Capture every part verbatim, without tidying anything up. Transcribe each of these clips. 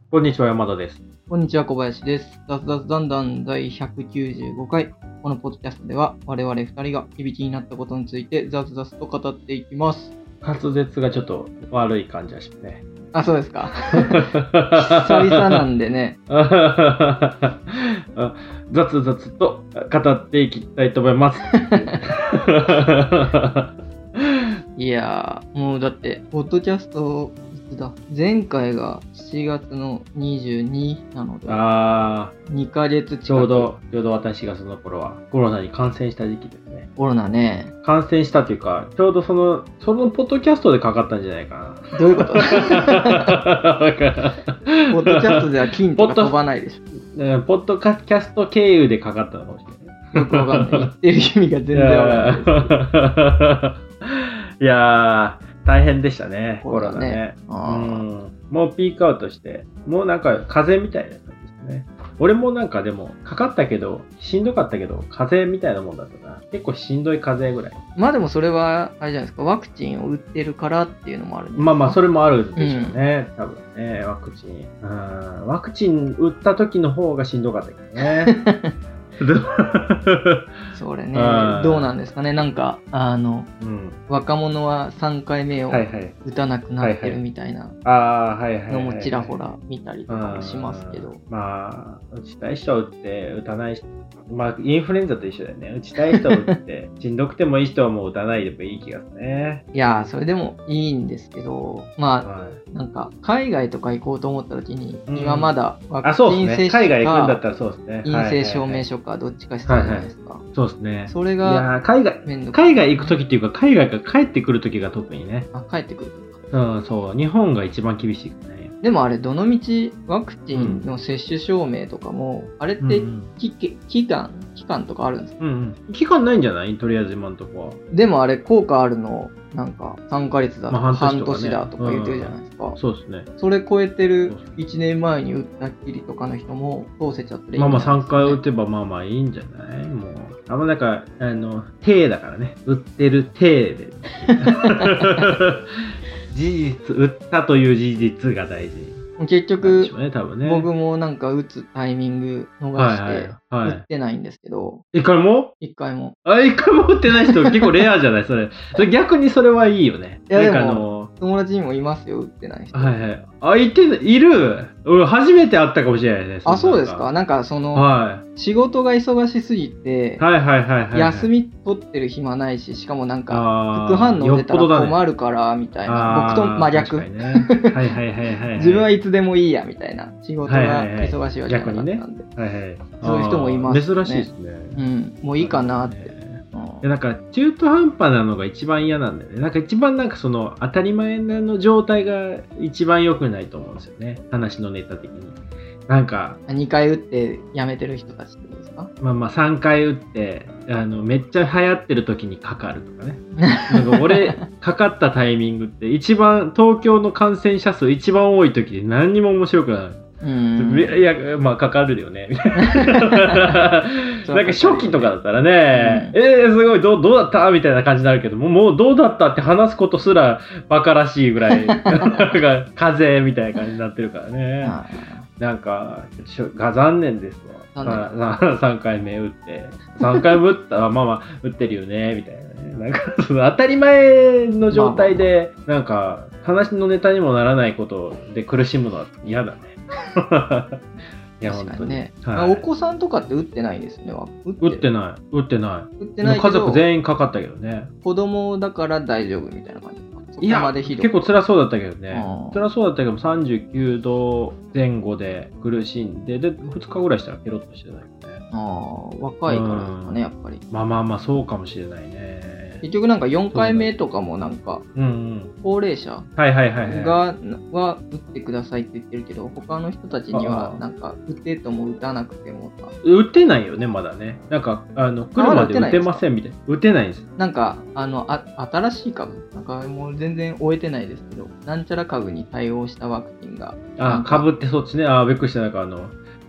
こんにちは、山田です。 こんにちは、小林です。雑雑談談第ひゃくきゅうじゅうごかい。このポッドキャストでは、我々ふたりが響きになったことについて雑々と語っていきます。 滑舌がちょっと悪い感じがしますね。 あ、そうですか。久々なんでね。 雑々と語っていきたいと思います。 いやー、もうだって、ポッドキャスト、いつだ前回がしちがつのにじゅうになので、 あにかげつ近く。 ちょうど、ちょうど私がその頃はコロナに感染した時期ですね。 コロナね。 感染したというか、ちょうどその、そのポッドキャストでかかったんじゃないかな。 どういうこと？ポッドキャストでは金とか飛ばないでしょ。 ポッドキャスト経由でかかったのかもしれない。 よくわかんない。言ってる意味が全然わかんないです。 いやー、大変でしたね、コロナね。 ねうん、もうピークアウトして、もうなんか風邪みたいな感じですね。俺もなんかでも、かかったけど、しんどかったけど、風邪みたいなもんだったな。結構しんどい風邪ぐらい。 まあでもそれは、あれじゃないですか、ワクチンを打ってるからっていうのもあるんですか。 まあまあ、それもあるでしょうね、うん、多分ね、ワクチン。うん、ワクチン打った時の方がしんどかったけどね。 それね、どうなんですかね。なんかあの、うん、若者はさんかいめを打たなくなってるみたいなのもちらほら見たりとかもしますけど、 まあ打ちたい人は打って打たない人、まあインフルエンザと一緒だよね。打ちたい人は打ってしんどくてもいい人はもう打たないでもいい気がするね。 いやー、それでもいいんですけど、まあ、はい、なんか海外とか行こうと思った時に、うん、今まだワクチン接種か、 海外行くんだったらそうですね、 陰性証明書かどっちか必要じゃないですか。はいはい、 そうですね。 それがいや海外海外行く時っていうか、海外から帰ってくる時が特にね。 あ、帰ってくる。 うん、そう、日本が一番厳しいね。 でもあれ、どのみちワクチンの接種証明とかも、うん、あれって期、うん、期間期間とかあるんですか？ うんうん、期間ないんじゃない？とりあえず今のとこは。 でもあれ、効果あるのなんかさんかげつだとか、まあ、半, 年とか、ね、半年だとか言ってるじゃないですか、 うん、そうですね。 それ超えてるいちねんまえに打ったっきりとかの人も通せちゃってる、 ね、まあまあさんかい打てばまあまあいいんじゃない？もうあんまなんかあの体だからね、打ってる体で事実、打ったという事実が大事。 結局、 ね、多分ね、 僕もなんか打つタイミング逃して打ってないんですけど。 一回も一回も。 あ、一回も打ってない人結構レアじゃないそれ。それ逆にそれはいいよね。 いやでも、あの友達にもいますよ、打ってない人。 はいはい。あ、いて、いる。俺初めて会ったかもしれないね。 あ、そうですか。なんかその、はい、仕事が忙しすぎて、 はいはいはいはい、 休み取ってる暇ないし、しかもなんか副反応出たら困るからみたいな、僕と真逆。はいはいはいはい。 自分はいつでもいいやみたいな、仕事が忙しいわけじゃなかったんで、 はいはいはい、 そういう人もいますね。 珍しいですね。 うん、もういいかなって。 いやなんか中途半端なのが一番嫌なんだよね。なんか一番なんかその当たり前の状態が一番良くないと思うんですよね。話のネタ的に。なんかにかい打ってやめてる人たちってことですか？ まあまあさんかい打ってあのめっちゃ流行ってる時にかかるとかね。なんか俺かかったタイミングって一番東京の感染者数一番多い時で何にも面白くない。うんいやまあかかるよねなんか初期とかだったらね、うん、えー、すごいどう、どうだったみたいな感じになるけども、もうどうだったって話すことすらバカらしいぐらいなんか風邪みたいな感じになってるからねなんかが残念ですわ。さんかいめ打ってさんかいめ打ったらまあまあ打ってるよねみたいなね。なんかその当たり前の状態でなんか話のネタにもならないことで苦しむのは嫌だねいや確かにね、はい、お子さんとかって打ってないですね。 打って、打ってない打ってない打ってないけど家族全員かかったけどね。 子供だから大丈夫みたいな感じですか？ いや結構辛そうだったけどね。辛そうだったけどさんじゅうきゅうどぜん後で苦しんででふつかぐらいしたらケロッとしてないよね。 ああ若いからですかね、やっぱり。 まあまあまあそうかもしれないね。 結局なんかよんかいめとかもなんか高齢者がは打ってくださいって言ってるけど、他の人たちにはなんか打てとも打たなくても打てないよねまだね。なんかあの来るまで打てませんみたいな。打てないんです。 なんかあのあ新しい株なんかもう全然終えてないですけど、なんちゃら株に対応したワクチンがあ株ってそっちね。あびっくりした。なんかあの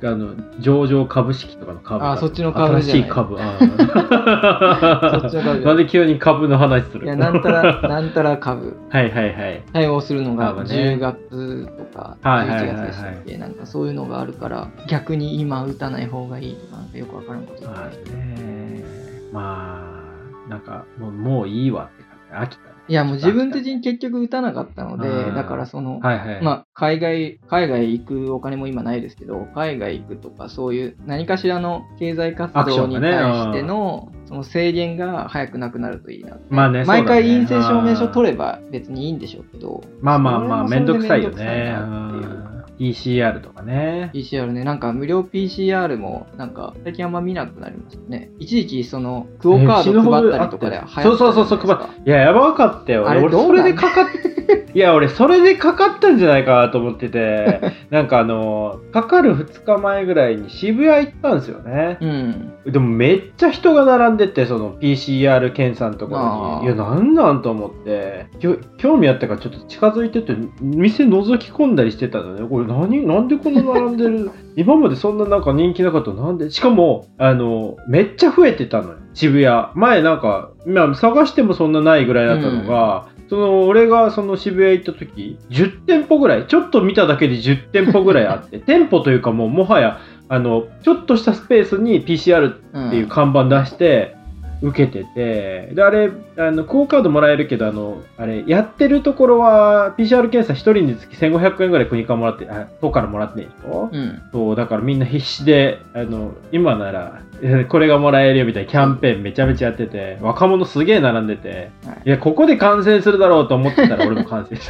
あの上場株式とかの株。 あ、そっちの株じゃない。 新しい株。あそっちの株。なんで急に株の話する？ いや、なんたらなんたら株。 はいはいはい。 対応するのがじゅうがつとかじゅういちがつでしたっけ、なんかそういうのがあるから逆に今打たない方がいいとかなんかよくわからんこと言ってました。 まあなんかもうもういいわって感じ。飽きた。 いやもう自分的に結局打たなかったので、だからその、はいはい、まあ海外海外行くお金も今ないですけど、海外行くとかそういう何かしらの経済活動に対しての、ね、その制限が早くなくなるといいな。まあね、毎回陰性証明書取れば別にいいんでしょうけど、 まあまあまあ面倒くさいよね。ピーシーアール とかね。 ピーシーアール ね、なんか無料 ピーシーアール もなんか最近あんま見なくなりましたね。一時期そのクオカード配ったりとかで流行ってた。 そうそうそうそう配った。いややばかったよ。俺それでかかっていや俺それでかかったんじゃないかなと思ってて、なんかあのかかるふつかまえぐらいに渋谷行ったんですよね。うん。でもめっちゃ人が並んでて、その ピーシーアール 検査のところに、いやなんなんと思って興味あったからちょっと近づいてって店覗き込んだりしてたのね。これ何なんでこんな並んでる今までそんななんか人気なかったのなんで。しかもあのめっちゃ増えてたのよ渋谷。前なんか今探してもそんなないぐらいだったのが、うん、その俺がその渋谷行った時じゅってんぽぐらい、ちょっと見ただけでじゅってんぽぐらいあって店舗というかもうもはやあのちょっとしたスペースに ピーシーアール っていう看板出して、うん受けてて、であれあのクオカードもらえるけど、あのあれやってるところは ピーシーアール 検査ひとりにつきせんごひゃくえんぐらい国からもらってあ都からもらってねえでしょ、うん、そうだからみんな必死であの今ならこれがもらえるよみたいなキャンペーンめちゃめちゃやってて、若者すげえ並んでて、はい、いやここで感染するだろうと思ってたら俺も感染した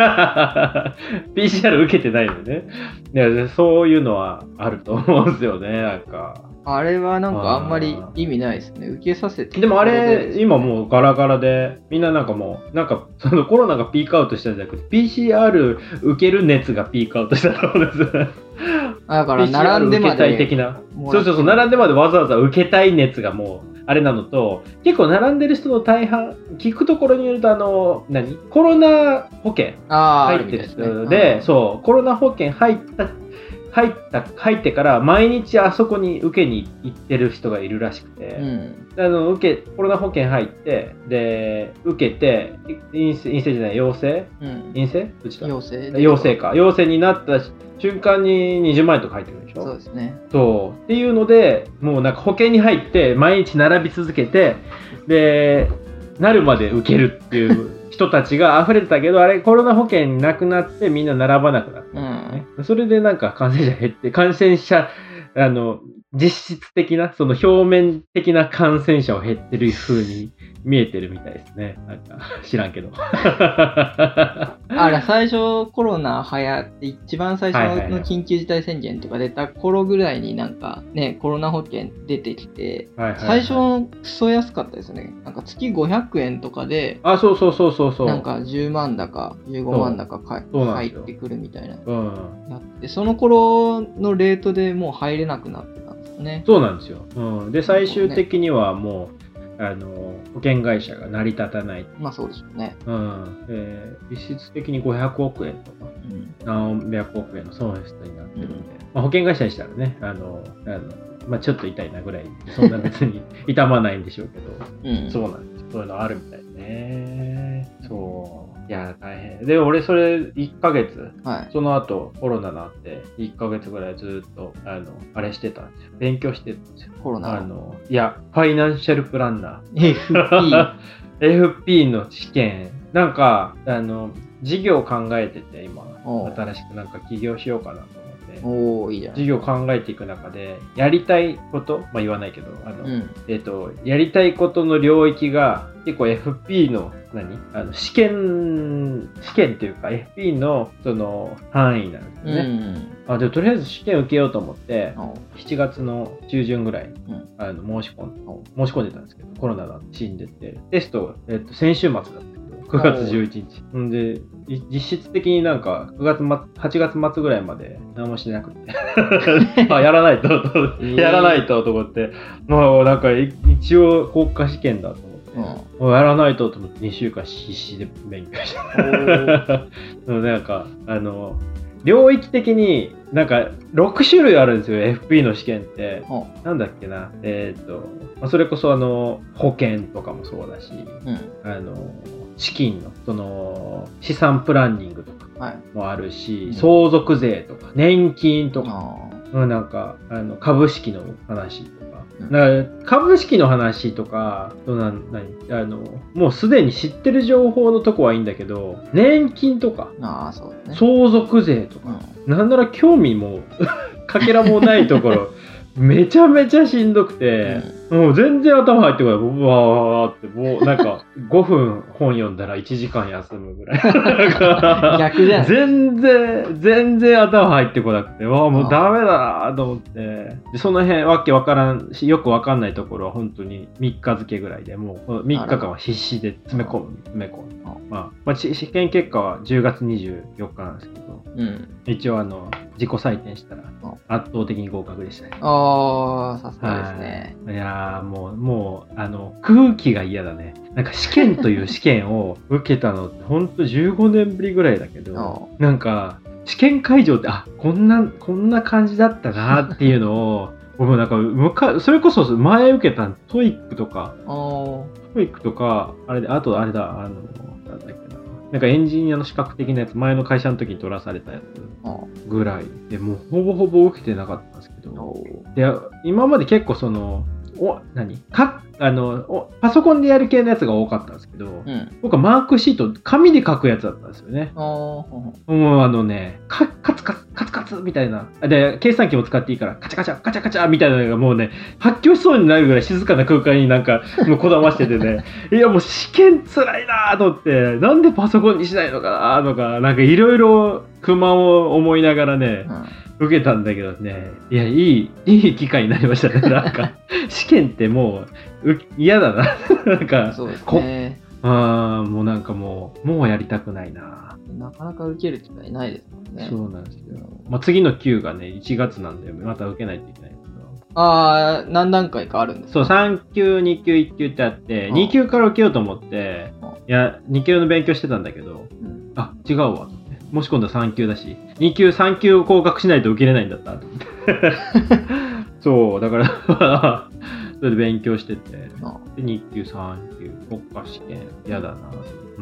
ピーシーアール 受けてないのね。いやそういうのはあると思うんですよね。なんかあれはなんかあんまり意味ないですね。受けさせて。 でもあれ、今もうガラガラで、みんななんかもう、なんかそのコロナがピークアウトしたんじゃなくて、ピーシーアール 受ける熱がピークアウトしたと思うんです。 だから並んでまで。 ピーシーアール 受けたい的な。そうそうそう、並んでまでわざわざ受けたい熱がもう、あれなのと、結構並んでる人の大半、聞くところによると、あの、何コロナ保険入ってる人で、そう、コロナ保険入った、入った入ってから毎日あそこに受けに行ってる人がいるらしくて、うん、あの受けコロナ保険入ってで受けて陰性、陰性じゃない陽性、うん、陰性どっちだ陽性陽性か陽性になった瞬間ににじゅうまんえんとか入ってくるでしょ。 そうですね。 そうっていうのでもうなんか保険に入って毎日並び続けてでなるまで受けるっていう人たちが溢れてたけど、あれコロナ保険なくなってみんな並ばなくなった、ね、うん、それでなんか感染者減って感染者あの実質的なその表面的な感染者を減ってる風に見えてるみたいですね。なんか知らんけどあら最初コロナ流行って一番最初の緊急事態宣言とか出た頃ぐらいになんかねコロナ保険出てきて、はいはいはい、最初クソ安かったですよね。なんか月ごひゃくえんとかで、 あそうそうそうそうそう、 なんかじゅうまんだかじゅうごまんだかか入ってくるみたいな、うん、やってその頃のレートでもう入れなくなってたんですよね。 そうなんですよ、うん、で最終的にはもうあの保険会社が成り立たない。 まあそうでしょうね。 うん。で実質的にごひゃくおくえんとか、うん、何百億円の損失になってるんで、うんまあ、保険会社にしたらね、あのあのまあ、ちょっと痛いなぐらい、そんな別に痛まないんでしょうけど、うん、そうなんです。そういうのあるみたいね。そう。いや大変で俺それいっかげつ、はい、その後コロナになっていっかげつぐらいずっとあのあれしてたんですよ。勉強してたんですよ。 コロナあのいやファイナンシャルプランナー エフピーエフピー の試験なんかあの事業考えてて今新しくなんか起業しようかなと。 おいいじゃん。 授業を考えていく中でやりたいこと、まあ、言わないけどあの、うんえーと、やりたいことの領域が結構 エフピー の何あの試験試験っていうか エフピー のその範囲なんですよね、うん、あでとりあえず試験受けようと思ってしちがつの中旬ぐらいに、うん、あの申し込ん申し込んでたんですけどコロナが死んでてテスト、えーと、先週末だったくがつじゅういちにちんで実質的になんかくがつまはちがつまつぐらいまで何もしてなくてあやらないとやらないとと思ってもうなんか一応国家試験だと思って、うん、もうやらないとと思ってにしゅうかん必死で勉強したなんかあの領域的になんかろく種類あるんですよ エフピー の試験って。なんだっけな、えっと、まあ、それこそあの保険とかもそうだし、うん、あの資金のその資産プランニングとかもあるし、はい、相続税とか年金とか、うん、なんかあの株式の話とか、うん、だから株式の話とかな何あのもうすでに知ってる情報のとこはいいんだけど、年金とかあそう、ね、 相続税とか、うん、なんなら興味もかけらもないところめちゃめちゃしんどくて、うん、もう全然頭入ってこない。うわーって、もうなんかごふん本読んだらいちじかん休むぐらい。 逆じゃん。 全然、全然頭入ってこなくて、わあもうダメだなと思って。でその辺わけわからんし、よくわかんないところは本当にみっか漬けぐらいで、もうみっかかんは必死で詰め込む、詰め込む。まあ、まあ、試験結果はじゅうがつにじゅうよっかなんですけど、うん、一応あの自己採点したら圧倒的に合格でしたね。 ああ、さすがですね。 いやーもうもうあの空気が嫌だね。なんか試験という試験を受けたのって本当じゅうごねんぶりぐらいだけど、なんか試験会場ってあこんなこんな感じだったなっていうのを僕もなんかむかそれこそ前受けたトイックとかトイックとかあれであとあれだあのなんだっけななんかエンジニアの資格的なやつ前の会社の時に取らされたやつぐらいでもうほぼほぼ受けてなかったんですけど、で今まで結構そのお何かあのおパソコンでやる系のやつが多かったんですけど、うん、僕はマークシート紙で書くやつだったんですよね。もうあのねカツカツカツカツみたいなで計算機も使っていいからカチャカチャカチャカチャみたいなのがもうね発狂しそうになるぐらい静かな空間になんかもうこだましててねいやもう試験つらいなと思ってなんでパソコンにしないのかなとかなんかいろいろ不満を思いながらね、うん受けたんだけどね、いや、いい、いい機会になりましたね。なんか、試験ってもう、嫌だな。なんか、 そうですね。 ああ、もうなんかもう、もうやりたくないな。 なかなか受ける機会ないですもんね。 そうなんですよ。まあ、次の級がね、いちがつなんで、また受けないといけないんですけど。 ああ、何段階かあるんですか？ そう、さん級、に級、いっ級ってあって、に級から受けようと思って、いや、に級の勉強してたんだけど、うん、あ、違うわ。もし今度はさん級だし、に級、さん級合格しないと受けれないんだったと思って。そう、だからそれで勉強してて、でに級、さん級、国家試験、やだな。うん。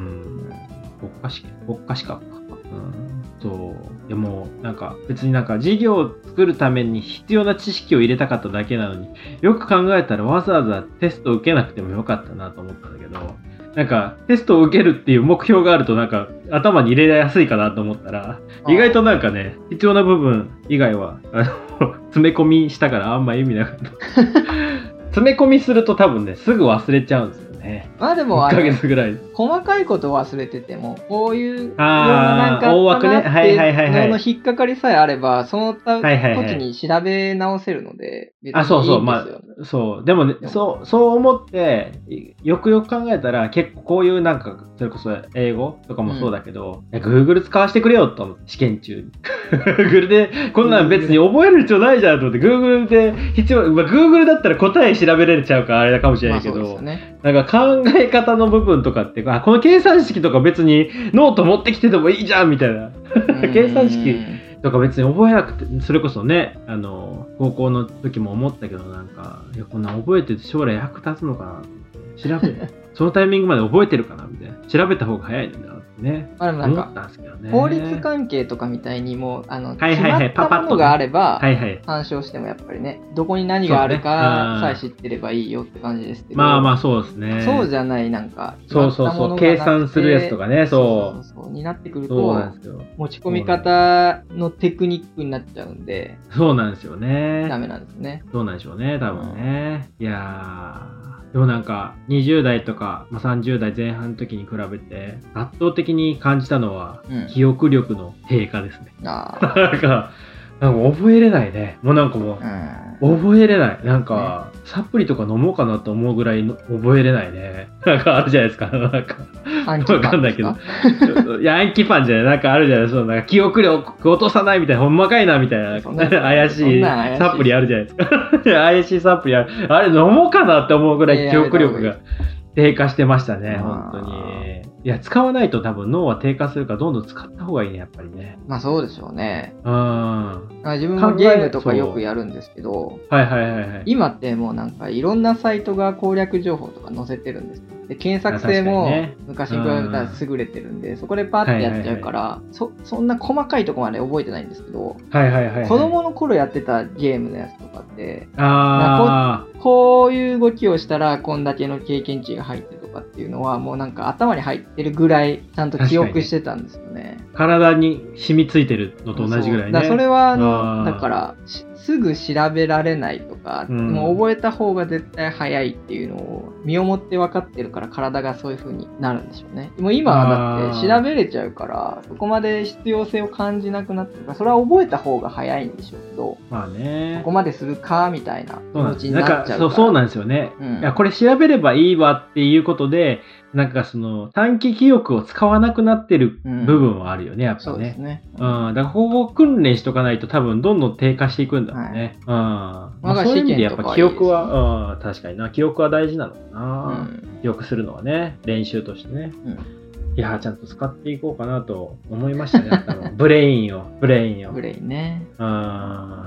国家試験、国家資格か。うん。そう。でも、なんか、別になんか授業を作るために必要な知識を入れたかっただけなのに、よく考えたらわざわざテストを受けなくてもよかったなと思ったんだけど、なんかテストを受けるっていう目標があるとなんか頭に入れやすいかなと思ったら意外となんかね必要な部分以外はあの詰め込みしたからあんま意味なかった詰め込みすると多分ねすぐ忘れちゃうんですよね。 まあでもいっかげつぐらい細かいこと忘れててもこういうようななんか大枠ねはいはいはいはいの引っかかりさえあればその時に調べ直せるので別にいいんですよ。 あそうそうまあそうでもねそうそう思ってよくよく考えたら結構こういうなんかそれこそ英語とかもそうだけど、うん、Google 使わせてくれよと思って試験中にGoogle でこんなん別に覚える必要ないじゃんと思って Google で必要、まあ、Google だったら答え調べれちゃうからあれかもしれないけど、まあそうですね、なんか考え方の部分とかってあこの計算式とか別にノート持ってきててもいいじゃんみたいな計算式とか別に覚えなくてそれこそねあの高校の時も思ったけどなんかいやこんな覚えてて将来役立つのかな調べそのタイミングまで覚えてるかなみたいな調べた方が早いんだなってね、 まあ、でもなんか思ったんですけどね。 法律関係とかみたいにもあの、はいはいはい、決まったものがあれば参照してもやっぱりねどこに何があるかさえ知ってればいいよって感じですけど、 まあまあそうですね。 そうじゃないなんかそうそうそう計算するやつとかねそうそうそうそうになってくると持ち込み方のテクニックになっちゃうんでそうなんですよね。 ダメなんですね。 そうなんでしょうね多分ね、うん、いやーでもなんかにじゅう代とか、まあ、さんじゅう代前半の時に比べて圧倒的に感じたのは、うん、記憶力の低下ですね。あなんかなんか覚えれないね。もうなんかもう、うん、覚えれない。なんか、ね、サプリとか飲もうかなと思うぐらいの覚えれないね。なんかあるじゃないですか。なんかわかんないけど。いや暗記パンじゃない。なんかあるじゃないですか。なんか記憶力落とさないみたいな、ほんまかいなみたいな。怪しいサプリあるじゃないですか。怪しいサプリある。あれ飲もうかなって思うぐらい記憶力が低下してましたね。本当に。 いや、使わないと多分脳は低下するから、どんどん使った方がいいね、やっぱりね。 まあそうでしょうね。 うん。 自分もゲームとかよくやるんですけど、 はいはいはいはい。 今ってもうなんかいろんなサイトが攻略情報とか載せてるんです。で検索性も昔に比べたら優れてるんで、そこでパーってやっちゃうから、はいはいはい、そ, そんな細かいとこまで覚えてないんですけど、 はいはいはいはい、 子供の頃やってたゲームのやつとかって、 あこ, こういう動きをしたらこんだけの経験値が入ってるとかっていうのはもうなんか頭に入ってるぐらいちゃんと記憶してたんですよね。 体に染みついてるのと同じぐらいね。 そうだからそれはあのだからすぐ調べられないとか、うん、もう覚えた方が絶対早いっていうのを身をもって分かってるから体がそういう風になるんでしょうね。もう今はだって調べれちゃうからそこまで必要性を感じなくなってるから、それは覚えた方が早いんでしょうけど、 まあね、 ここまでするかみたいな気持ちになっちゃうから。 そう、そうなんですよね、うん、いやこれ調べればいいわっていうことでなんかその短期記憶を使わなくなってる部分はあるよね、うん、やっぱね。 そうですね。 うん、だからここを訓練しとかないと多分どんどん低下していくんだろうね。はい、うん。まあ、そういう意味でやっぱ記憶は、うん、確かにな、記憶は大事なのかな。うん、記憶するのはね、練習としてね。うん、いや、ちゃんと使っていこうかなと思いましたね。あのブレインを、ブレインを。 ブレインね。 うん。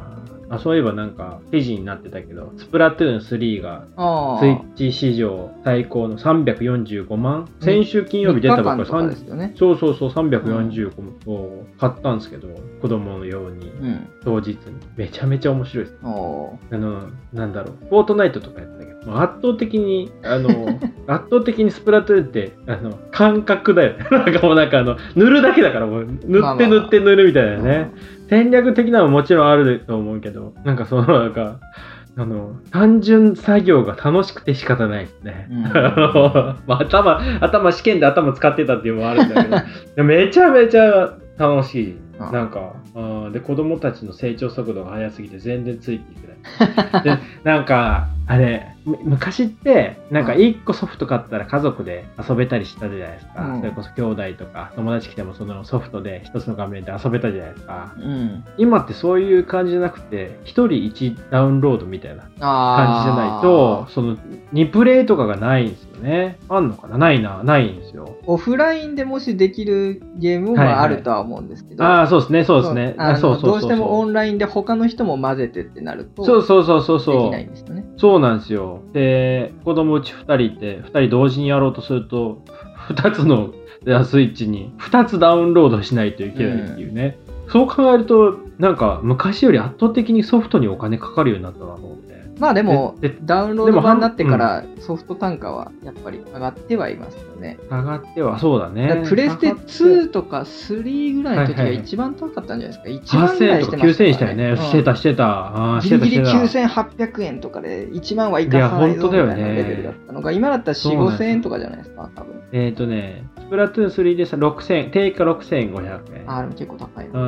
あ、そういえばなんか記事になってたけど、スプラトゥーンスリーがスイッチ史上最高のさんびゃくよんじゅうごまん、先週金曜日出たばっかりですよね。そうそうそう、さんびゃくよんじゅうごまんを買ったんですけど、子供のように、うん、当日にめちゃめちゃ面白いです。あのなんだろう、フォートナイトとかやったけど、圧倒的にあの圧倒的にスプラトゥーンってあの感覚だよね。なんかもうなんかあの塗るだけだから、もう塗って塗って塗るみたいなね。まあまあ、戦略的なのももちろんあると思うけど、なんかそのなんかあの単純作業が楽しくて仕方ないですね。うん、まあ、頭頭試験で頭使ってたっていうのもあるんだけど、めちゃめちゃ楽しい。なんかあで子供たちの成長速度が速すぎて全然ついていけない。でなんかあれ昔ってなんかいっこソフト買ったら家族で遊べたりしたじゃないですか、うん、それこそ兄弟とか友達来てもそのソフトで一つの画面で遊べたじゃないですか、うん、今ってそういう感じじゃなくてひとりいちダウンロードみたいな感じじゃないとそのにプレイとかがないんですよね。あんのかな、ないな、ないんですよ。 オフラインでもしできるゲームもあるとは思うんですけど、 はいはい、ああそうですねそうですね、 あそうそうそうそう、どうしてもオンラインで他の人も混ぜてってなるとそうそうそうそうそうできないんですよね。 そうなんですよ。で子供うちふたりいてふたり同時にやろうとするとふたつのスイッチにふたつダウンロードしないといけないっていうね、うん、そう考えるとなんか昔より圧倒的にソフトにお金かかるようになったなと思って。 まあでもダウンロード版になってからソフト単価はやっぱり上がってはいますよね。 上がってはそうだね。 プレステツーとかスリーぐらいの時が一番高かったんじゃないですか。はいはい、いちまんぐらいしてましたからね。はっせんえんとかきゅうせんえんしたよね。うん、してたしてた。あギリギリきゅうせんはっぴゃくえんとかでいちまんはいかさないぞみたいなレベルだったのが、今だったらよん、ごせんえんとかじゃないですか多分。 えっ、ー、とねスプラトゥーンスリーでさろくせんえん、定価ろくせんごひゃくえん。 ああでも結構高いな。 うん、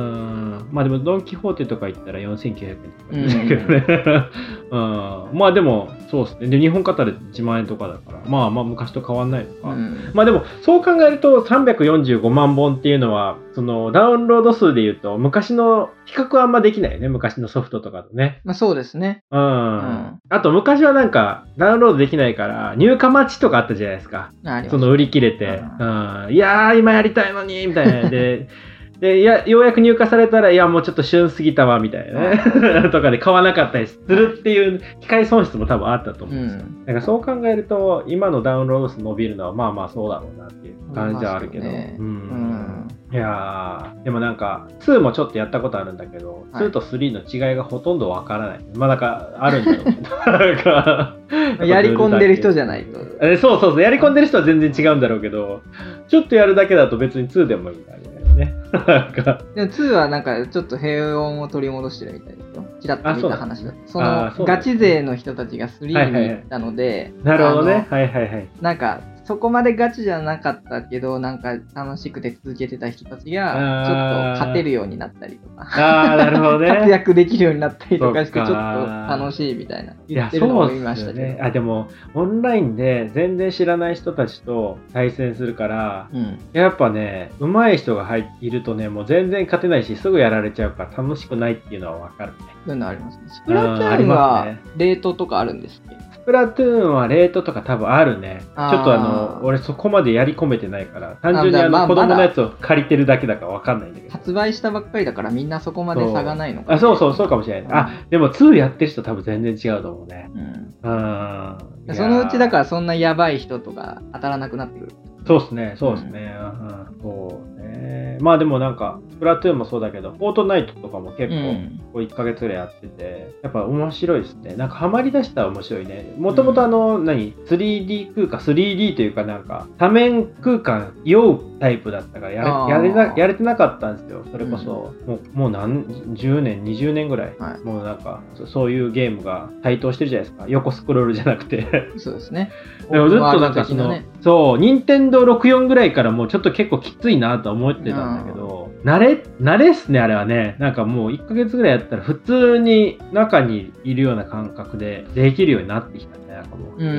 まあでもドン・キホーテとか行ったらよんせんきゅうひゃくえんとかですけどね。うん、うん、まあでもそうですね。で日本買ったらいちまんえんとかだからまあまあ昔と変わんないのか、うん、まあでもそう考えるとさんびゃくよんじゅうごまんぼんっていうのはそのダウンロード数でいうと昔の比較はあんまできないよね、昔のソフトとかとね。 まあそうですね。 うん、うん、あと昔はなんかダウンロードできないから入荷待ちとかあったじゃないですか。その売り切れて、うん、うん、いやー今やりたいのにみたいなででいやようやく入荷されたらいやもうちょっと旬すぎたわみたいなねとかで買わなかったりするっていう機械損失も多分あったと思うんですよ、うん、だからそう考えると今のダウンロード数伸びるのはまあまあそうだろうなっていう感じはあるけど、ね、うん、うん、いやでもなんかツーもちょっとやったことあるんだけど、はい、ツーとスリーの違いがほとんどわからない。まあなんかあるんだろうけどなんかやり込んでる人じゃないとえそうそうそうやり込んでる人は全然違うんだろうけどちょっとやるだけだと別にツーでもいい感じだよね。なんかでもツーはなんかちょっと平穏を取り戻してるみたいですよ。ちらっと見た話だと。そのガチ勢の人たちがスリーに行ったので、 はいはいはい、なるほどね。はいはいはい。 なんかそこまでガチじゃなかったけどなんか楽しくて続けてた人たちがちょっと勝てるようになったりとかあなるほど、ね、 活躍できるようになったりとかしてちょっと楽しいみたいな言ってるのを見ましたけど。 いやそうですよね。あでもオンラインで全然知らない人たちと対戦するから、うん、やっぱね上手い人が入いるとねもう全然勝てないしすぐやられちゃうから楽しくないっていうのは分かるね。 そういうのありますね。スプラトゥーンはレートとかあるんですっけ？ スプラトゥーンはレートとか多分あるね。ちょっとあのの俺そこまでやり込めてないから単純にあの子供のやつを借りてるだけだから分かんないんだけど、 発売したばっかりだからみんなそこまで差がないのか、 ね、あそうそうそうかもしれない、うん、あでもツーやってる人多分全然違うと思うね、うん、うん、 そのうちだからそんなやばい人とか当たらなくなってくる。 そうですねそうですね、うんうん、そうね。まあでもなんかスプラトゥーンもそうだけどフォートナイトとかも結構こういっかげつぐらいやってて、やっぱ面白いですね。なんかハマりだしたら面白いね。もともとあの、うん、何 スリーディー 空間 スリーディー というかなんか多面空間酔うタイプだったからやれ、やれな、やれてなかったんですよ。それこそ、うん、もう、もう何じゅうねんにじゅうねんぐらい、はい、もうなんかそそういうゲームが台頭してるじゃないですか。横スクロールじゃなくてそうですね。 でもずっとなんかその、ね、そう任天堂ろくじゅうよんぐらいからもうちょっと結構きついなと思ってたんだけど、慣れ慣れっすねあれはね。なんかもういっかげつぐらいやったら普通に中にいるような感覚でできるようになってきたね。なんかもう、うん、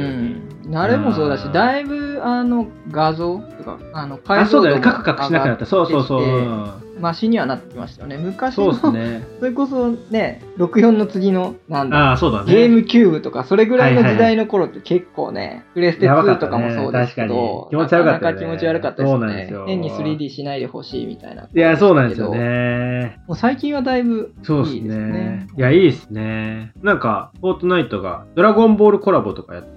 慣れもそうだし、だいぶあの画像とかあの解像度も上がってきて、あそうだよね、カクカクしなくなった。そうそうそう、うんマシにはなってきましたよね。昔のそうですね。それこそね、ろくじゅうよんの次のなんだ、 あそうだね、 ゲームキューブとかそれぐらいの時代の頃って結構ね、はいはいはい、プレステツーとかもそうですけど、 ね、気持ち悪かった、ね、 なかなか気持ち悪かったですね。変に スリーディー しないでほしいみたいな。 いやそうなんですよね。 もう最近はだいぶいいですね。 そうですね。いやいいですね。なんかフォートナイトがドラゴンボールコラボとかやって、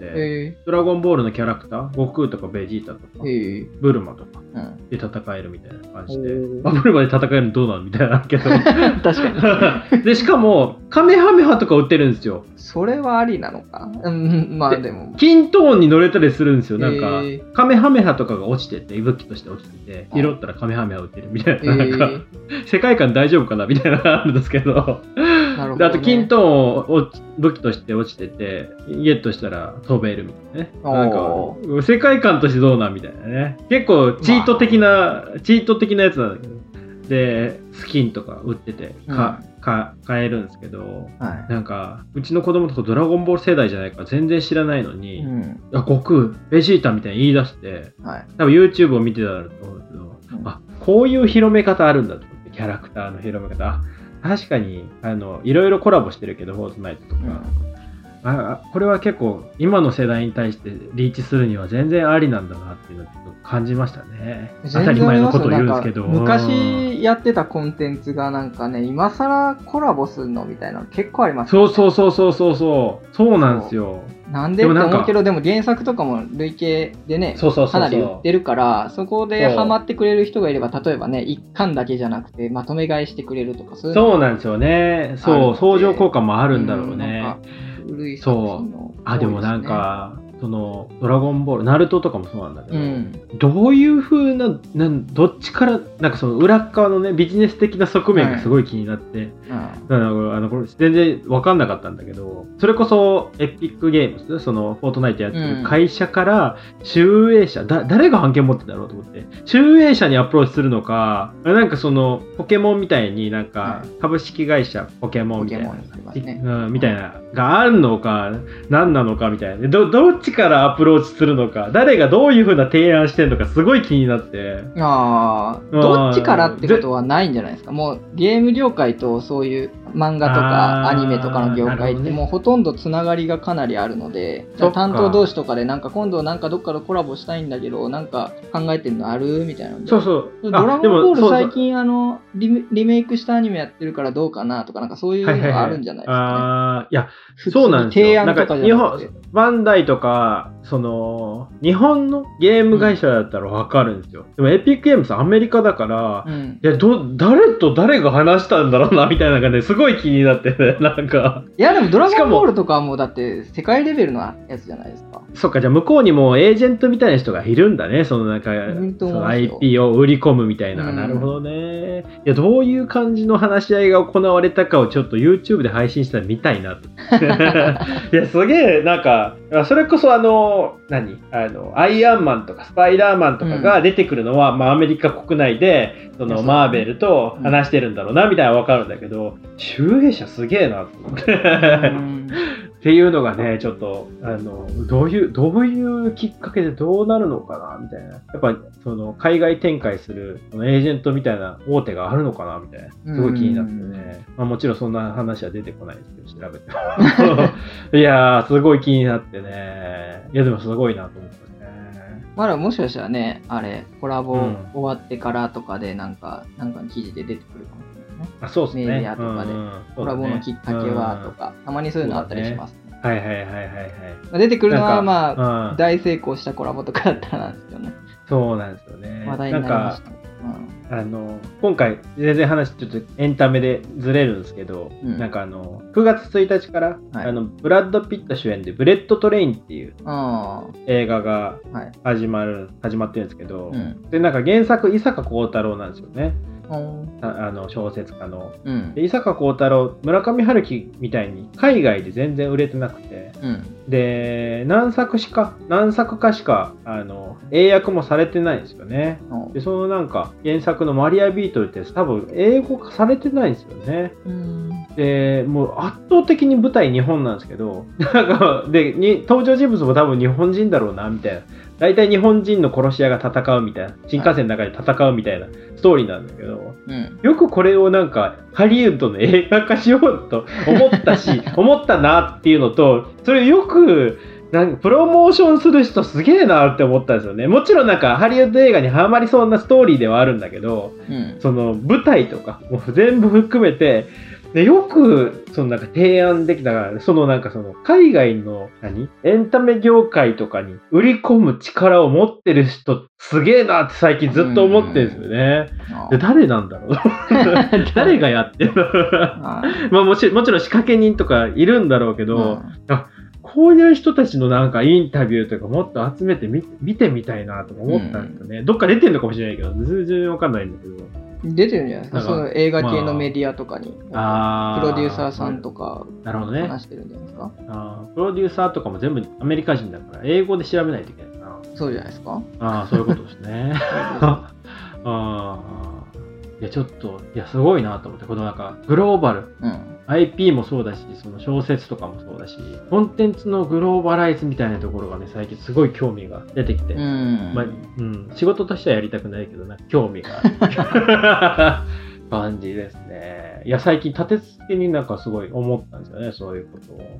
ドラゴンボールのキャラクター、悟空とかベジータとかブルマとかで戦えるみたいな感じで、うん、あブルマで戦えるのどうなのみたいなけど確かにでしかもカメハメハとか売ってるんですよ。 それはありなのか。うんまあでもキントーンに乗れたりするんですよ。なんかカメハメハとかが落ちてて武器として落ちてて拾ったらカメハメハ売ってるみたいな、なんか世界観大丈夫かなみたいなのがあるんですけど、なるほど、ね、あとキントーンを武器として落ちててゲットしたら飛べるみたいなね。なんか世界観としてどうなんみたいなね。結構チート的な、まあ、チート的なやつなんだけど、でスキンとか売っててか、うん、か買えるんですけど、はい、なんかうちの子供とかドラゴンボール世代じゃないから全然知らないのに、うん、あ悟空ベジータみたいに言い出して、はい、多分 YouTube を見てたらと思うんですけど、うん、あこういう広め方あるんだと思って、キャラクターの広め方、確かにあのいろいろコラボしてるけどフォートナイトとか、うん、あこれは結構今の世代に対してリーチするには全然ありなんだなっていうのを感じましたね。当たり前のことを言うんですけど、 昔やってたコンテンツがなんかね今更コラボするのみたいなの結構ありますよね。そうそうそうそうそうそうなんですよ。 なんでって思うけど、でも原作とかも累計でねかなり売ってるから、そこでハマってくれる人がいれば、例えばね一巻だけじゃなくてまとめ買いしてくれるとか、 そういうそうなんですよね。そう相乗効果もあるんだろうね。 うん、古い作品の、 そうあでもなんかそのドラゴンボールナルトとかもそうなんだけど、うん、どういう風ななんどっちからなんかその裏側のねビジネス的な側面がすごい気になって、はい、うん、あのこれ全然分かんなかったんだけど、それこそエピックゲームズ、そのフォートナイトやってる会社から集英社、だ誰が案件持ってんだろうと思って、集英社にアプローチするのか、なんかそのポケモンみたいになんか株式会社ポケモンみたいな、ね、うん、みたいながあるのか何なのかみたいな、どどっちからアプローチするのか、誰がどういう風な提案してるのかすごい気になって。 ああ、どっちからってことはないんじゃないですか。もうゲーム業界とそういう漫画とかアニメとかの業界ってもうほとんどつながりがかなりあるので、じゃあ担当同士とかでなんか今度なんかどっかでコラボしたいんだけどなんか考えてるのあるみたいな。 そうそう。 ドラゴンボール最近あの リ, リメイクしたアニメやってるからどうかなとかなんかそういうのがあるんじゃないですかね。はいはいはい、あいやそうなんですよ。 提案とかじゃなくて。 バンダイとかその日本のゲーム会社だったら分かるんですよ、うん、でもエピックゲームズアメリカだから、うん、いやど誰と誰が話したんだろうなみたいなのがねすごい気になってね、なんかいやでもドラゴンボールとかはもうだって世界レベルのやつじゃないですか。 そっか、じゃあ向こうにもエージェントみたいな人がいるんだね、そのなんかその アイピー を売り込むみたいな、うん、なるほどね。いやどういう感じの話し合いが行われたかをちょっと YouTube で配信したら見たいなといやすげえなんかそれこそあの何あのアイアンマンとかスパイダーマンとかが出てくるのは、うんまあ、アメリカ国内でそのマーベルと話してるんだろうなみたいなのは分かるんだけど、集英社すげえなと思ってっていうのがねちょっとあのどういうどういうきっかけでどうなるのかなみたいな、やっぱその海外展開するそのエージェントみたいな大手があるのかなみたいな、すごい気になってね、まあ、もちろんそんな話は出てこないですけど調べてもいやーすごい気になってね、いやでもすごいなと思ってね。 まだもしかしたらね、あれ、コラボ終わってからとかで、なんか、うん、なんかの記事で出てくるかもしれないね。 あ、そうですね。 メディアとかで、うん、コラボのきっかけはとか、うん、たまにそういうのあったりしますね。 はいはいはいはいはい。 出てくるのは、まあ、うん、大成功したコラボとかだったらなんですよね。 そうなんですよね。 話題になりました。 うん、あの今回全然話ちょっとエンタメでずれるんですけど、うん、なんかあのくがつついたちから、はい、あのブラッド・ピット主演でブレッド・トレインっていう映画が始まる、はい、始まってるんですけど、うん、でなんか原作伊坂幸太郎なんですよね。あの小説家の、うん、で伊坂幸太郎、村上春樹みたいに海外で全然売れてなくて、うん、で何作しか何作かしかあの英訳もされてないんですよね。でそのなんか原作のマリア・ビートルって多分英語化されてないんですよね。うん、でもう圧倒的に舞台日本なんですけど、なんかでに登場人物も多分日本人だろうなみたいな。大体日本人の殺し屋が戦うみたいな、新幹線の中で戦うみたいなストーリーなんだけど、うん、よくこれをなんかハリウッドの映画化しようと思ったし思ったなっていうのと、それよくなんかプロモーションする人すげえなって思ったんですよね。もちろんなんかハリウッド映画にハマりそうなストーリーではあるんだけど、うん、その舞台とかもう全部含めてでよくそのなんか提案できたから、そのなんかその海外の何エンタメ業界とかに売り込む力を持ってる人すげえなって最近ずっと思ってるんですよね。で誰なんだろう誰がやってるのまあもちもちろん仕掛け人とかいるんだろうけど、うん、あこういう人たちのなんかインタビューとかもっと集めてみ見てみたいなとか思ったんですよね、うん、どっか出てるのかもしれないけど全然わかんないんだけど出てるんじゃないですか、その映画系のメディアとかに、まあ、プロデューサーさんとか話してるんじゃないですか。 あプロデューサーとかも全部アメリカ人だから英語で調べないといけないな。 そうじゃないですか。 ああそういうことですねああいやちょっといやすごいなと思って、このなんかグローバル、うん、アイピー もそうだし、その小説とかもそうだし、コンテンツのグローバライズみたいなところがね最近すごい興味が出てきて、うんまあうん、仕事としてはやりたくないけどなんか興味が感じですね。いや最近立て続けになんかすごい思ったんですよね、そういうことを。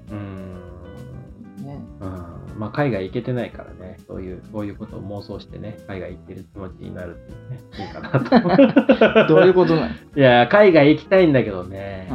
うんね、うんまあ海外行けてないからね、そういうそういうことを妄想してね海外行ってる気持ちになるっていうねいいかなと。 どういうことなの？いや海外行きたいんだけどね、うん、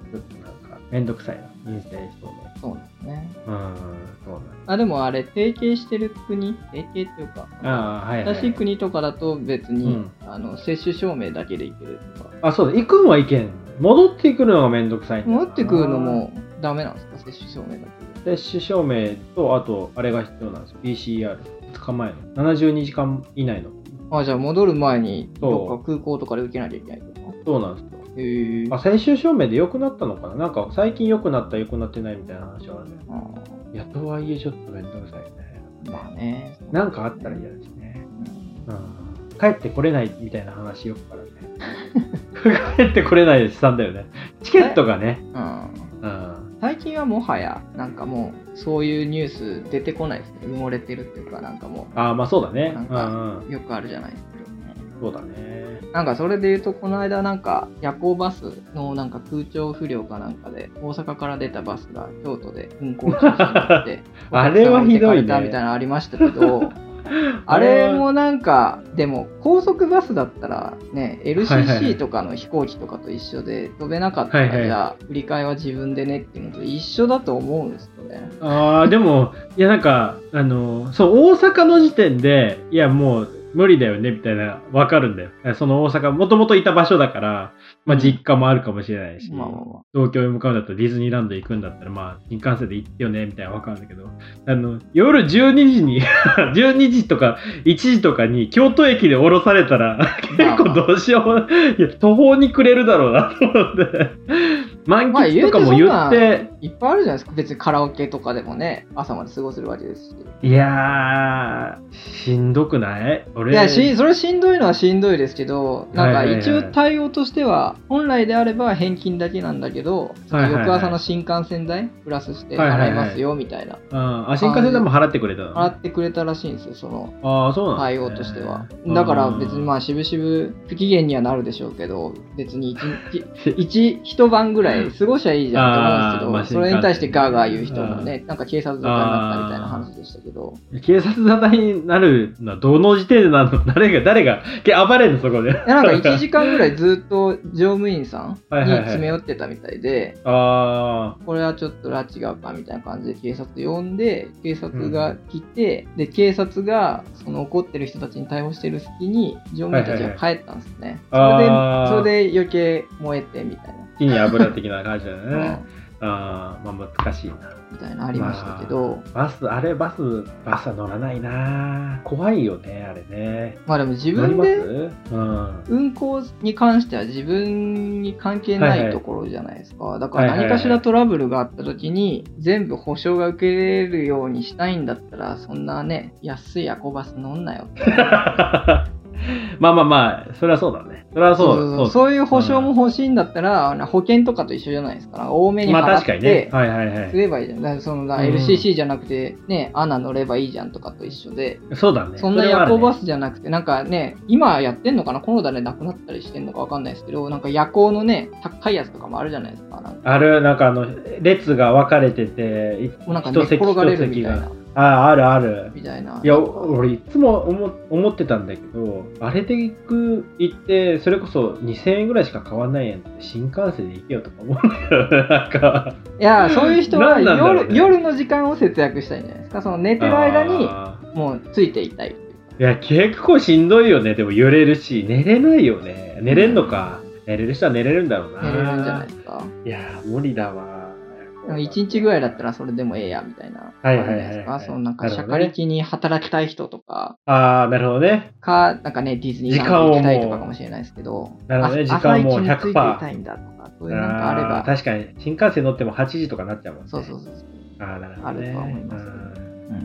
ちょっとなんかめんどくさいな陰性証明。 そうですね。 うんそうなんです。 あでもあれ提携してる国提携っていうかあ、はいはい、 新しい国とかだと別に、うん、あの接種証明だけで行けるとか。 あそうだ行くんは行けん。戻ってくるのがめんどくさいんだ。 戻ってくるのもダメなんですか、接種証明だけ。接種証明とあとあれが必要なんですよ ピーシーアールふつかまえのななじゅうにじかん以内の。 あじゃあ戻る前にどっか空港とかで受けなきゃいけないとか。 そうなんですよ。へあ接種証明で良くなったのかな、なんか最近良くなった良くなってないみたいな話はあるんだよ。いやとはいえちょっとめんどくさいね。 まあね。 なんかあったら嫌だしね、うんうん。帰ってこれないみたいな話よくからね。帰ってこれないでしたんだよね。チケットがね。うんうん、最近はもはやなんかもうそういうニュース出てこないですね。埋もれてるっていうかなんかもう。ああまあそうだね。 なんかよくあるじゃないですか。 そうだね。 なんかそれで言うとこの間なんか夜行バスのなんか空調不良かなんかで大阪から出たバスが京都で運行中止になってあれはひどいね。 みたいなのありましたけどあれもなんかでも高速バスだったらね エルシーシー とかの飛行機とかと一緒で飛べなかったらじゃあ振り替えは自分でねっていうのと一緒だと思うんですよね。 ああでもいやなんかあのそう大阪の時点でいやもう無理だよねみたいな分かるんだよ。その大阪もともといた場所だから、まあ、実家もあるかもしれないし、うんまあまあまあ、東京に向かうんだったらディズニーランド行くんだったらまあ新幹線で行ってよねみたいな分かるんだけど、あの夜じゅうにじにじゅうにじとかいちじとかに京都駅で降ろされたら結構どうしようも、まあまあ、いや途方に暮れるだろうなと思って満喫とかも言って、まあ、 いっぱいあるじゃないですか。別にカラオケとかでもね朝まで過ごせるわけですし。 いやーしんどくない？俺いやしそれしんどいのはしんどいですけど、なんか一応対応としては本来であれば返金だけなんだけど、はいはいはい、翌朝の新幹線代プラスして払いますよみたいな、はいはいはい、 あ新幹線代も払ってくれたの？ 払ってくれたらしいんですよ、その対応としては。だから別にまあしぶしぶ不機嫌にはなるでしょうけど、別に一日一一晩ぐらいらい過ごしゃいいじゃんって思うんですけど、まあ、それに対してガーガー言う人もね、なんか警察沙汰になったみたいな話でしたけど。 警察沙汰になるのはどの時点でなるの？誰が、誰が暴れるのそこで。 なんかいちじかんぐらいずっと乗務員さんに詰め寄ってたみたいで、はいはいはい、あこれはちょっと拉致がかみたいな感じで警察呼んで、警察が来て、うん、で、警察がその怒ってる人たちに対応してる隙に乗務員たちが帰ったんですね。はいはいはい、それで、それで余計燃えてみたいな。 火に油的な感じだよね。うんあまあ難しいなみたいなありましたけど、 まあ、バスあれバスバスは乗らないな怖いよねあれね。 まあでも自分で、うん、運行に関しては自分に関係ないところじゃないですか、はいはい、だから何かしらトラブルがあった時に全部保証が受けれるようにしたいんだったらそんなね安い夜行バス乗んなよってまあまあまあそれはそうだね。それはそうそうそうそうそういう保証も欲しいんだったら、うん、保険とかと一緒じゃないですか。多めに払ってすればいいじゃん。だからその エルシーシー じゃなくてね、アナ乗ればいいじゃんとかと一緒で。 そうだね。 そんな夜行バスじゃなくて、なんかね、今やってんのかな、コロナでなくなったりしてんのかわかんないですけど、なんか夜行のね、高いやつとかもあるじゃないですか。なんかある、なんかあの列が分かれてて、 もうなんか寝っ転がれるみたいな。 あ, あるあるみたいな。 いや俺いつも 思, 思ってたんだけどあれで行く行ってそれこそにせんえんぐらいしか変わんないやんって新幹線で行けよとか思うんだけどなんかいやそういう人は夜、ね、夜の時間を節約したいんじゃないですか。その寝てる間にもうついていたい。 いや結構しんどいよね。でも揺れるし寝れないよね。寝れんのか、うん、寝れる人は寝れるんだろうな。 寝れるんじゃないですか。 いや無理だわ。 いちにちぐらいだったらそれでもええやみたいな。 はいはいはいはい。 そのなんか社会的に働きたい人とか。 ああ、なるほどね。 か、なんかね、ディズニーランド行きたいとかかもしれないですけど。 なるほどね、時間もひゃくパーセント。 朝一についていたいんだとか、そういうなんかあれば。 確かに、新幹線乗ってもはちじとかなっちゃうもんね。 そうそうそう。 ああ、なるほど、ね。 あるとは思います、ね。 うん。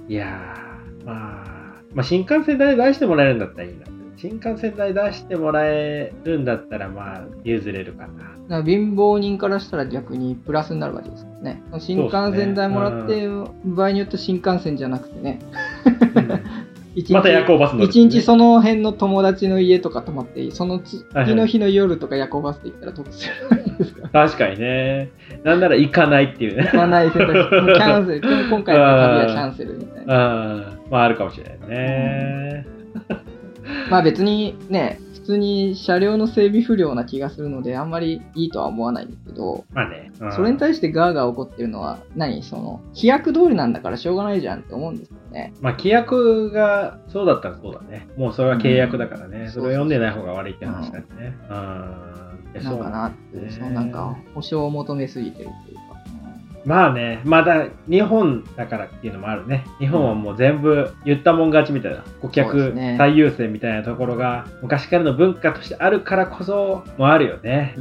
いやー、まあ、まあ、新幹線代出してもらえるんだったらいいな。新幹線代出してもらえるんだったらまあ譲れるかな。 だから貧乏人からしたら逆にプラスになるわけですよね。新幹線代もらって、ね、場合によって新幹線じゃなくてね、うん、一日また夜行バス乗る、ね、 一日その辺の友達の家とか泊まってその次の日の夜とか夜行バスで行ったら得するわけですか。 確かにね。なんなら行かないっていうね。 行かない選択肢。キャンセル。今回の旅はキャンセルみたいな。 ああ、まああるかもしれないね。 うん、まあ別にね、普通に車両の整備不良な気がするのであんまりいいとは思わないんですけど、 まあね、うん、 それに対してガーガー怒ってるのは何その規約通りなんだからしょうがないじゃんって思うんですよね。 まあ規約がそうだったらそうだね。もうそれは契約だからね、うん、それを読んでない方が悪いって話だね。うん、 なんかなって、ね、そのなんか保証を求めすぎてるっていうか。 まあね、まだ日本だからっていうのもあるね。日本はもう全部言ったもん勝ちみたいな、顧客最優先みたいなところが昔からの文化としてあるからこそもあるよね。うん、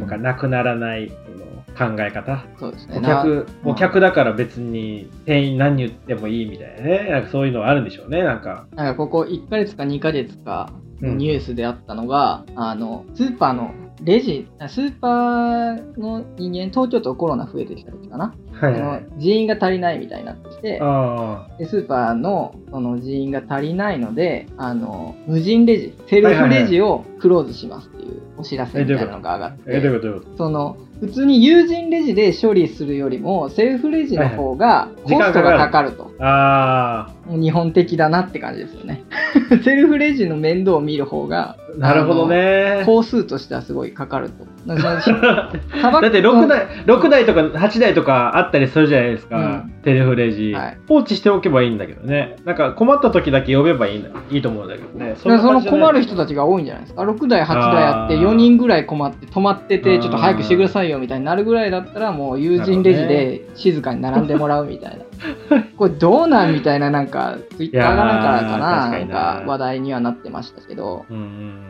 なくならない考え方。 そうですね。 お客、お客だから別に店員何言ってもいいみたいなね。なんかそういうのがあるんでしょうね。なんか。 なんかここいっかげつかにかげつかのニュースであったのが、うん、あのスーパーのレジ、スーパーの人間、東京都コロナ増えてきた時かな、はいはい、あの人員が足りないみたいになってきて、あでスーパーのその人員が足りないので、あの無人レジ、セルフレジをクローズしますっていうお知らせみたいなのが上がって、その普通に有人レジで処理するよりもセルフレジの方がコストがかかると、はいはい、あもう日本的だなって感じですよね。セルフレジの面倒を見る方がなるほどね、 工数としてはすごいかかると。だってろくだい、ろくだいとかはちだいとかあったりするじゃないですか、うん、セルフレジ、はい、放置しておけばいいんだけどね。なんか困った時だけ呼べばいいんだいいと思うんだけどね。 そ, その困る人たちが多いんじゃないですか。ろくだいはちだいあってよにんぐらい困って止まっててちょっと早くしてくださいよみたいになるぐらいだったらもう友人レジで静かに並んでもらうみたいな、ね、これどうなんみたいな、なんかツイッターがなんかかな、なんか話題にはなってましたけど、うんうん、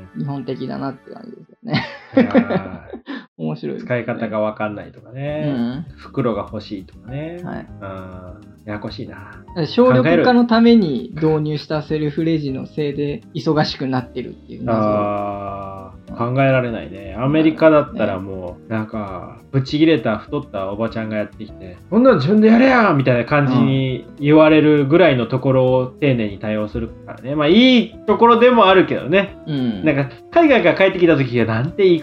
日本的だなって感じですよね。面白いですね。 使い方が分かんないとかね、うん、袋が欲しいとかね、はい、あややこしいな。 省力化のために導入したセルフレジのせいで忙しくなってるっていう謎。 あ考えられないね。アメリカだったらもうなんかぶち切れた太ったおばちゃんがやってきて、こんなの自分でやれやみたいな感じに言われるぐらいのところを丁寧に対応するからね。まあいいところでもあるけどね、うん、なんか海外から帰ってきた時がなんていい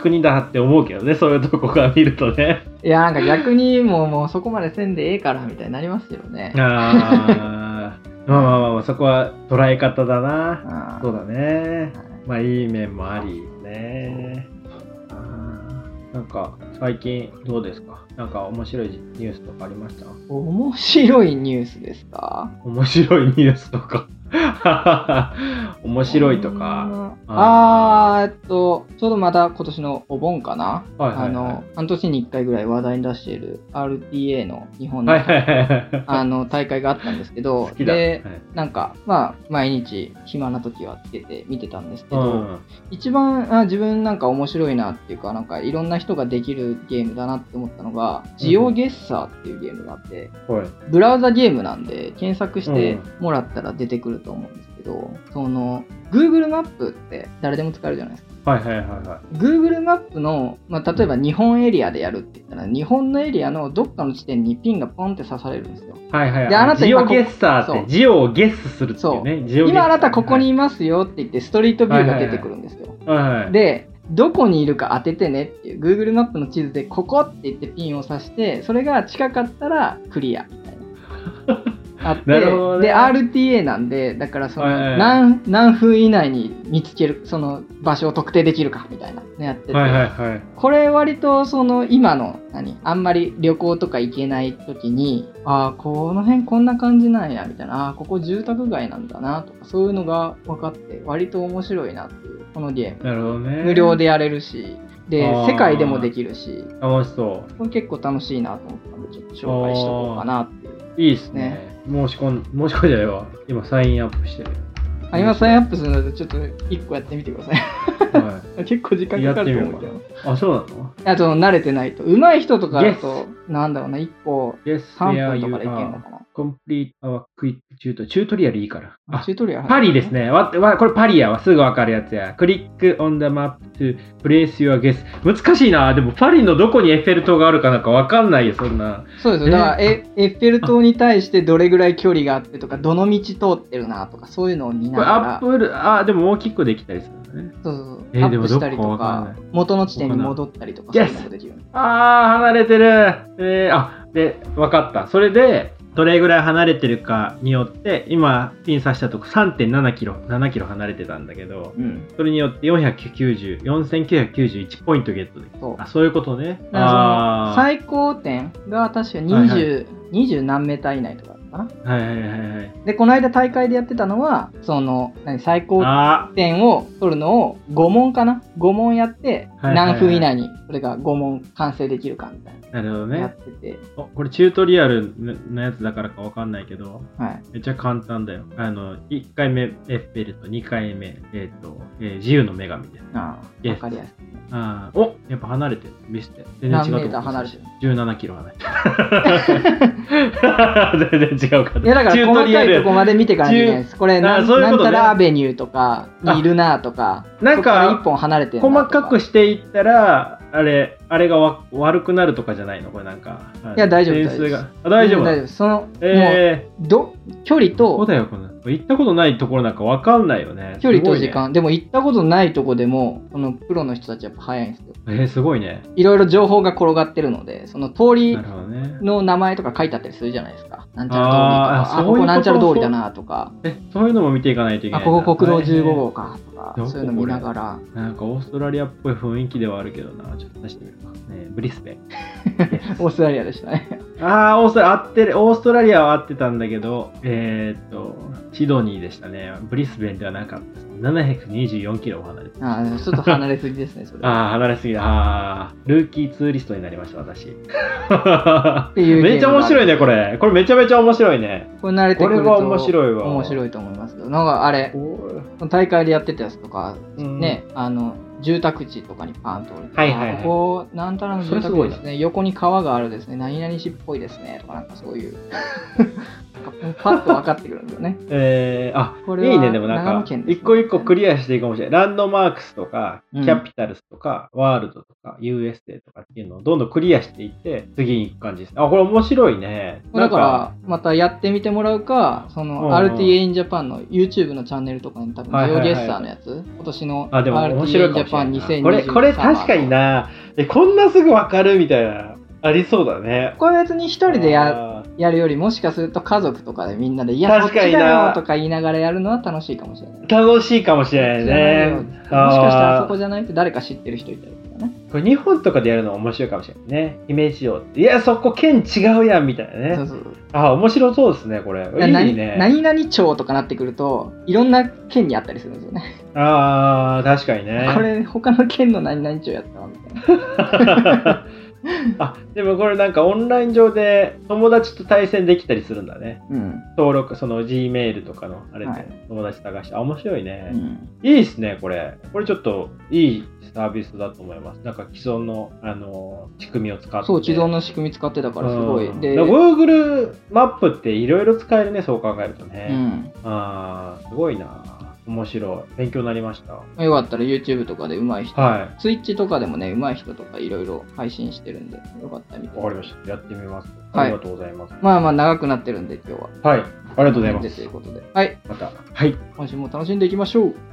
国だって思うけどね、そういうとこから見るとね。 いやなんか逆にもうもうそこまでせんでええからみたいになりますよね。 あまあまあまあ、まあ、そこは捉え方だな。そうだね。まあいい面もありね。なんか最近どうですか？なんか面白いニュースとかありました？ 面白いニュースですか？ 面白いニュースとか面白いとか。 あーえっとちょうどまた今年のお盆かな、 はいはいはい、 あの半年にいっかいぐらい話題に出している アールティーエー の日本の、あの大会があったんですけど、で、はい、なんかまあ毎日暇な時はつけて見てたんですけど、うん、一番あ自分なんか面白いなっていうか、なんかいろんな人ができるゲームだなって思ったのが、うん、ジオゲッサーっていうゲームがあって、うん、ブラウザゲームなんで検索してもらったら出てくると思うんですけど、その Google マップって誰でも使えるじゃないですか。 はいはいはいはい。 Google マップの、まあ、例えば日本エリアでやるって言ったら、日本のエリアのどっかの地点にピンがポンって刺されるんですよ。 はいはい。で、あなたジオゲッサーってジオをゲッスするっていうね。 そう。今あなたここにいますよって言ってストリートビューが出てくるんですよ。はいはいはい。で、どこにいるか当ててねっていう Google マップの地図でここって言ってピンを刺して、それが近かったらクリアみたいな。あって、ね、で アールティーエー なんで、だからその 何, 何分以内に見つける、その場所を特定できるかみたいなのやってて、はいはいはい、これ割とその今の何あんまり旅行とか行けない時に、ああこの辺こんな感じなんやみたいな、ああここ住宅街なんだなとか、そういうのが分かって割と面白いなっていうこのゲーム。 なるほどね。 無料でやれるし、で世界でもできるし、 楽しそう。 これ結構楽しいなと思ったのでちょっと紹介しとこうかなっていう。 いいですね。申し込ん、申し込んじゃえば、今サインアップしてる。 あ、今サインアップするので、ちょっといっこやってみてください。はい、結構時間かかると思うけど。 あ、そうなの？ あと慣れてないと。上手い人とかだと、なんだろうな、いっこさんぷんとかでいけるのかな。 complete our quick チュート、チュートリアルいいから。 あ、チュートリアルパリですね。わわこれパリやわ。すぐわかるやつや。クリック on the map to place your guess。難しいな。でもパリのどこにエッフェル塔があるかなんかわかんないよ、そんな。 そうですよ。だからエッフェル塔に対してどれぐらい距離があってとか、どの道通ってるなとか、そういうのを見ながら。 アップル、あ、でも大きくできたりするんだね。 そうそうそう。 えー、 アップしたりとか、元の地点に戻ったりとか、そういうのもできる。 あー、離れてる。えー、あ、で、わかった。それで、どれぐらい離れてるかによって、今ピン刺したとこ さんてんななキロ、ななキロ離れてたんだけど、うん、それによってよんひゃくきゅうじゅう、よんせんきゅうひゃくきゅうじゅういちポイントゲットできる。そう。あ、そういうことね。 あ、最高点が確かにじゅう、はいはい、にじゅう何メーター以内とか。はいはいはいはい。 でこの間大会でやってたのはその何最高点を取るのをご問かなご問やって何分以内にそれがご問完成できるかみたいな。 なるほどね。 やってて、 おこれチュートリアルのやつだからかわかんないけど、はい、めっちゃ簡単だよ。あのいっかいめエッフェルト、にかいめ、えーとえー、自由の女神です。 ああ、わかりやすい。 あおやっぱ離れてる。見せて。全然違うとこ。 何メーター離れてる。 じゅうななキロ離れてる。全然違うから。 いやだから細かいとこまで見てからいけないです。これな、そういうことね、なんたらアベニューとかにいるなとか、 なんかいっぽん離れてる細かくしていったらあれあれがわ悪くなるとかじゃないのこれなんか。 いや大丈夫大丈夫。 あ大丈夫。 大丈夫。その、えー、もうど距離とそうだよこの行ったことないところなんかわかんないよね。 距離と時間、ね、でも行ったことないとこでもこのプロの人たちやっぱ早いんですよ。 えー、すごいね。 いろいろ情報が転がってるので、その通りの名前とか書いてあったりするじゃないですか。なんちゃら通りとか、ああここなんちゃら通りだなとか。 えそういうのも見ていかないといけない。 あここ国道じゅうごごうかとか、そういうの見ながら。 なんかオーストラリアっぽい雰囲気ではあるけどな、ちょっと出してみるか。ね、ブリスベン。 オーストラリアでしたね。 ああオーストラリア合ってる。オーストラリアは合ってたんだけど、えー、っとシドニーでしたね。ブリスベンではなかったです。ななひゃくにじゅうよんキロ離れてああちょっと離れすぎですねそれ。 ああ離れすぎだ。ああルーキーツーリストになりました私。っていうめっちゃ面白いねこれ。これめちゃめちゃ面白いね。 これ慣れてくるとこれは面白いわ。 面白いと思いますけど、なんかあれ大会でやってたやつとか、うん、ねあの住宅地とかにパンと降りて、はいはいはい、ここなんたらの住宅地ですね、横に川があるですね、何々市っぽいですねとかなんかそういうパッと分かってくるんですよね。 えー、あ、これいいね。でもなんか、一個一個クリアしていくかもしれない。ランドマークスとか、キャピタルスとか、うん、ワールドとか、ユーエスエー とかっていうのをどんどんクリアしていって、次に行く感じです。あ、これ面白いね。 だから、またやってみてもらうか、その、うんうん、アールティーエー in Japan の YouTube のチャンネルとかに多分、ジオゲッサーのやつ、今年の アールティーエー in Japan にせんにじゅうさん。 これ、これ確かにな、え、こんなすぐ分かるみたいな。ありそうだね。 これ別に一人でややるよりもしかすると家族とかでみんなで「いやそっちだよ」とか言いながらやるのは楽しいかもしれない。 楽しいかもしれないね。 もしかしたらあそこじゃないと誰か知ってる人いたりとかね。 これ日本とかでやるの面白いかもしれないね。姫路城って。いやそこ県違うやんみたいなね。そうそう。ああ面白そうですねこれ。いいね。 何々町とかなってくるといろんな県にあったりするんですよね。 ああ確かにね。 これ他の県の何々町やったわみたいな。 あでもこれなんかオンライン上で友達と対戦できたりするんだね、うん、登録その G メールとかのあれで友達探して、はい、あ面白いね、うん、いいですねこれこれちょっといいサービスだと思います。なんか既存の、あのー、仕組みを使ってそう既存の仕組み使ってたからすごい、うん、 で Google マップっていろいろ使えるねそう考えるとね、うん、あーすごいな面白い勉強になりました。 よかったら YouTube とかで上手い人、はい、Twitch とかでもね上手い人とかいろいろ配信してるんでよかったら見て。 わかりましたやってみます。ありがとうございます、はい、 まあまあ長くなってるんで今日ははいありがとうございますということではいまたはい今週も楽しんでいきましょう。